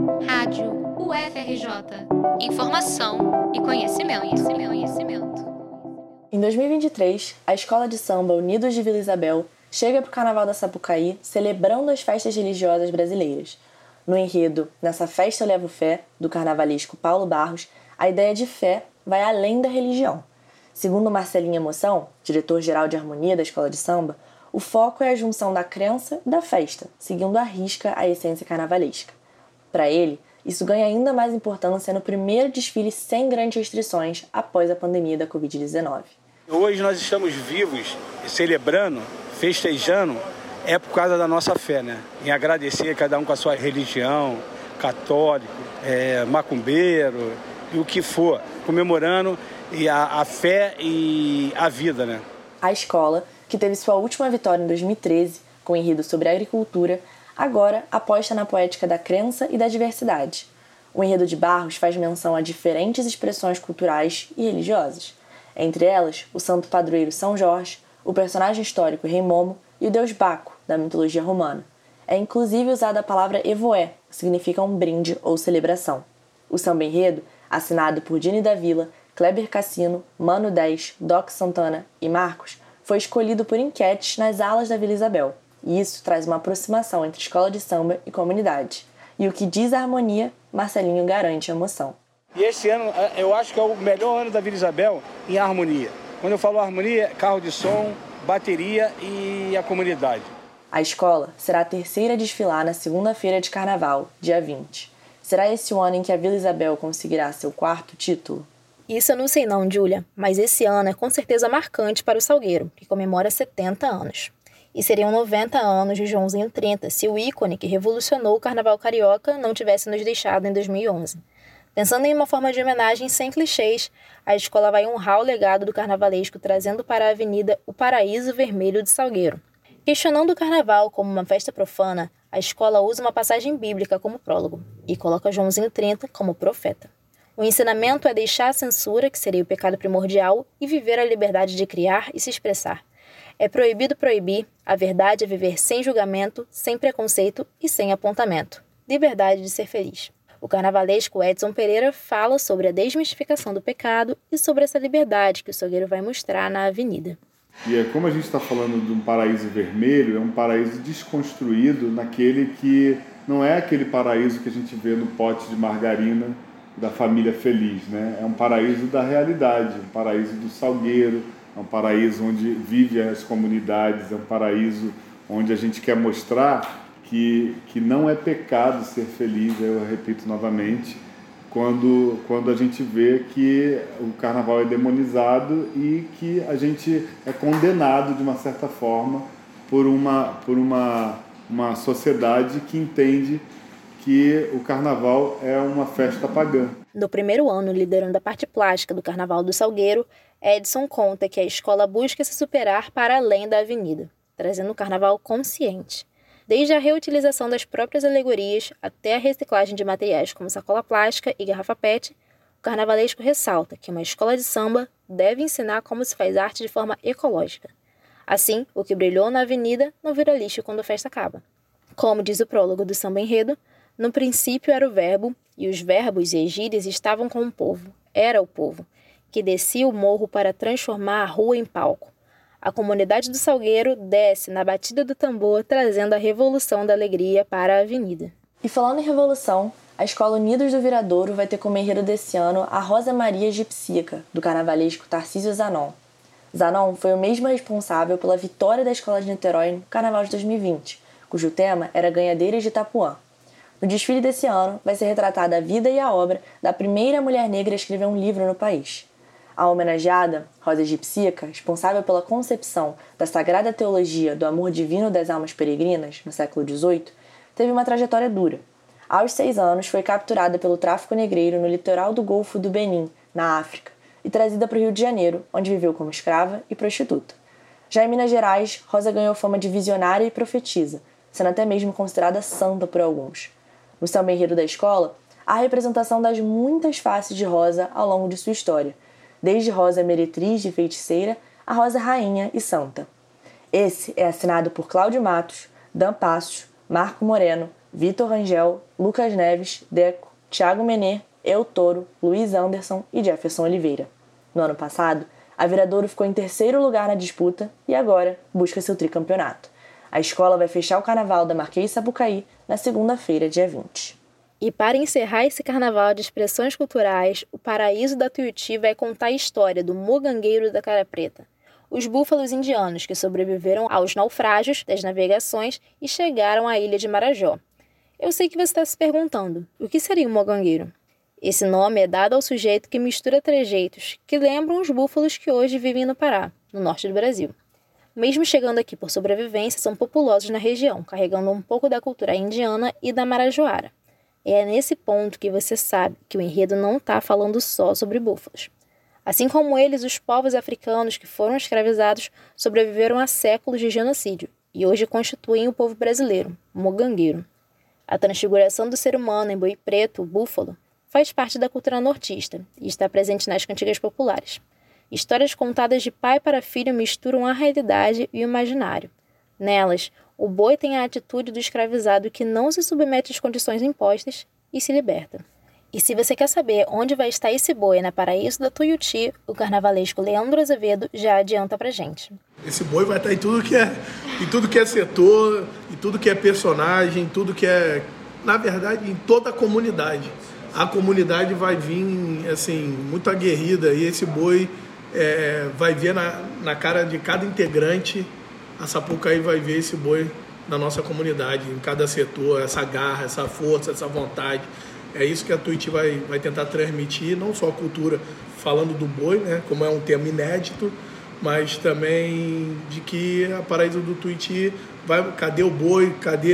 Rádio UFRJ. Informação e conhecimento. Em 2023, a Escola de Samba Unidos de Vila Isabel chega para o Carnaval da Sapucaí celebrando as festas religiosas brasileiras. No enredo Nessa Festa Eu Levo Fé, do carnavalesco Paulo Barros, a ideia de fé vai além da religião. Segundo Marcelinho Emoção, diretor-geral de harmonia da Escola de Samba, o foco é a junção da crença e da festa, seguindo à risca a essência carnavalesca. Para ele, isso ganha ainda mais importância no primeiro desfile sem grandes restrições após a pandemia da Covid-19. Hoje nós estamos vivos, celebrando, festejando, é por causa da nossa fé, né? Em agradecer cada um com a sua religião, católico, macumbeiro e o que for, comemorando a fé e a vida, né? A escola, que teve sua última vitória em 2013, com o enredo sobre a agricultura, agora aposta na poética da crença e da diversidade. O enredo de Barros faz menção a diferentes expressões culturais e religiosas. Entre elas, o santo padroeiro São Jorge, o personagem histórico Rei Momo e o deus Baco, da mitologia romana. É inclusive usada a palavra evoé, que significa um brinde ou celebração. O samba enredo, assinado por Dini da Vila, Kleber Cassino, Mano 10, Doc Santana e Marcos, foi escolhido por enquetes nas alas da Vila Isabel. E isso traz uma aproximação entre escola de samba e comunidade. E o que diz a harmonia, Marcelinho garante a emoção. E esse ano, eu acho que é o melhor ano da Vila Isabel em harmonia. Quando eu falo harmonia, carro de som, bateria e a comunidade. A escola será a terceira a desfilar na segunda-feira de Carnaval, dia 20. Será esse o ano em que a Vila Isabel conseguirá seu 4º título? Isso eu não sei não, Júlia, mas esse ano é com certeza marcante para o Salgueiro, que comemora 70 anos. E seriam 90 anos de Joãozinho 30, se o ícone que revolucionou o Carnaval carioca não tivesse nos deixado em 2011. Pensando em uma forma de homenagem sem clichês, a escola vai honrar o legado do carnavalesco trazendo para a avenida o Paraíso Vermelho de Salgueiro. Questionando o carnaval como uma festa profana, a escola usa uma passagem bíblica como prólogo e coloca Joãozinho 30 como profeta. O ensinamento é deixar a censura, que seria o pecado primordial, e viver a liberdade de criar e se expressar. É proibido proibir, a verdade é viver sem julgamento, sem preconceito e sem apontamento. Liberdade de ser feliz. O carnavalesco Edson Pereira fala sobre a desmistificação do pecado e sobre essa liberdade que o Salgueiro vai mostrar na avenida. E como a gente está falando de um paraíso vermelho, é um paraíso desconstruído naquele que não é aquele paraíso que a gente vê no pote de margarina da família feliz, né? É um paraíso da realidade, um paraíso do Salgueiro, é um paraíso onde vivem as comunidades, é um paraíso onde a gente quer mostrar que não é pecado ser feliz, eu repito novamente, quando a gente vê que o carnaval é demonizado e que a gente é condenado de uma certa forma por uma sociedade que entende que o carnaval é uma festa pagã. No primeiro ano, liderando a parte plástica do Carnaval do Salgueiro, Edson conta que a escola busca se superar para além da avenida, trazendo o carnaval consciente. Desde a reutilização das próprias alegorias até a reciclagem de materiais como sacola plástica e garrafa PET, o carnavalesco ressalta que uma escola de samba deve ensinar como se faz arte de forma ecológica. Assim, o que brilhou na avenida não vira lixo quando a festa acaba. Como diz o prólogo do samba enredo, no princípio era o verbo, e os verbos e as gírias estavam com o povo, era o povo, que descia o morro para transformar a rua em palco. A comunidade do Salgueiro desce na batida do tambor, trazendo a revolução da alegria para a avenida. E falando em revolução, a Escola Unidos do Viradouro vai ter como enredo desse ano a Rosa Maria Egipsíaca, do carnavalesco Tarcísio Zanon. Zanon foi o mesmo responsável pela vitória da Escola de Niterói no Carnaval de 2020, cujo tema era Ganhadeiras de Itapuã. No desfile desse ano, vai ser retratada a vida e a obra da primeira mulher negra a escrever um livro no país. A homenageada, Rosa Egipsíaca, responsável pela concepção da sagrada teologia do amor divino das almas peregrinas, no século XVIII, teve uma trajetória dura. Aos 6 anos, foi capturada pelo tráfico negreiro no litoral do Golfo do Benin, na África, e trazida para o Rio de Janeiro, onde viveu como escrava e prostituta. Já em Minas Gerais, Rosa ganhou fama de visionária e profetisa, sendo até mesmo considerada santa por alguns. No samba enredo da escola, há a representação das muitas faces de Rosa ao longo de sua história, desde Rosa meretriz e feiticeira a Rosa rainha e santa. Esse é assinado por Cláudio Matos, Dan Passos, Marco Moreno, Vitor Rangel, Lucas Neves, Deco, Thiago Menê, El Toro, Luiz Anderson e Jefferson Oliveira. No ano passado, a Viradouro ficou em terceiro lugar na disputa e agora busca seu tricampeonato. A escola vai fechar o carnaval da Marquês Sapucaí na segunda-feira, dia 20. E para encerrar esse carnaval de expressões culturais, o Paraíso da Tuiuti vai contar a história do mogangueiro da Cara Preta, os búfalos indianos que sobreviveram aos naufrágios das navegações e chegaram à ilha de Marajó. Eu sei que você está se perguntando, o que seria um mogangueiro? Esse nome é dado ao sujeito que mistura trejeitos que lembram os búfalos que hoje vivem no Pará, no norte do Brasil. Mesmo chegando aqui por sobrevivência, são populosos na região, carregando um pouco da cultura indiana e da marajoara. É nesse ponto que você sabe que o enredo não está falando só sobre búfalos. Assim como eles, os povos africanos que foram escravizados sobreviveram a séculos de genocídio e hoje constituem o povo brasileiro, o mogangueiro. A transfiguração do ser humano em boi preto, o búfalo, faz parte da cultura nortista e está presente nas cantigas populares. Histórias contadas de pai para filho misturam a realidade e o imaginário. Nelas, o boi tem a atitude do escravizado que não se submete às condições impostas e se liberta. E se você quer saber onde vai estar esse boi na Paraíso da Tuiuti, o carnavalesco Leandro Azevedo já adianta pra gente. Esse boi vai estar em tudo que é setor, em tudo que é personagem, em tudo que é, na verdade, em toda a comunidade. A comunidade vai vir assim, muito aguerrida e esse boi vai ver na cara de cada integrante. A Sapucaí vai ver esse boi na nossa comunidade, em cada setor, essa garra, essa força, essa vontade. É isso que a Tuiuti vai tentar transmitir, não só a cultura falando do boi, né, como é um tema inédito, mas também de que a Paraíso do Tuiuti cadê o boi,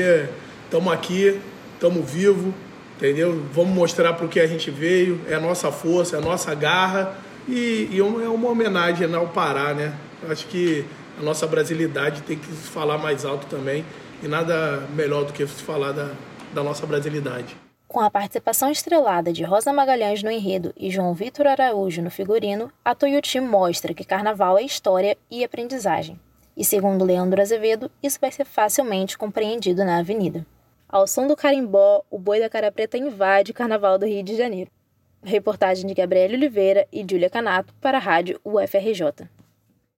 estamos aqui, estamos vivos, entendeu? Vamos mostrar para o que a gente veio, é a nossa força, é a nossa garra e é uma homenagem ao Pará, né? Eu acho que a nossa brasilidade tem que se falar mais alto também e nada melhor do que se falar da nossa brasilidade. Com a participação estrelada de Rosa Magalhães no enredo e João Vitor Araújo no figurino, a Tuiuti mostra que carnaval é história e aprendizagem. E segundo Leandro Azevedo, isso vai ser facilmente compreendido na avenida. Ao som do carimbó, o boi da Cara Preta invade o carnaval do Rio de Janeiro. Reportagem de Gabriela Oliveira e Júlia Canato para a rádio UFRJ.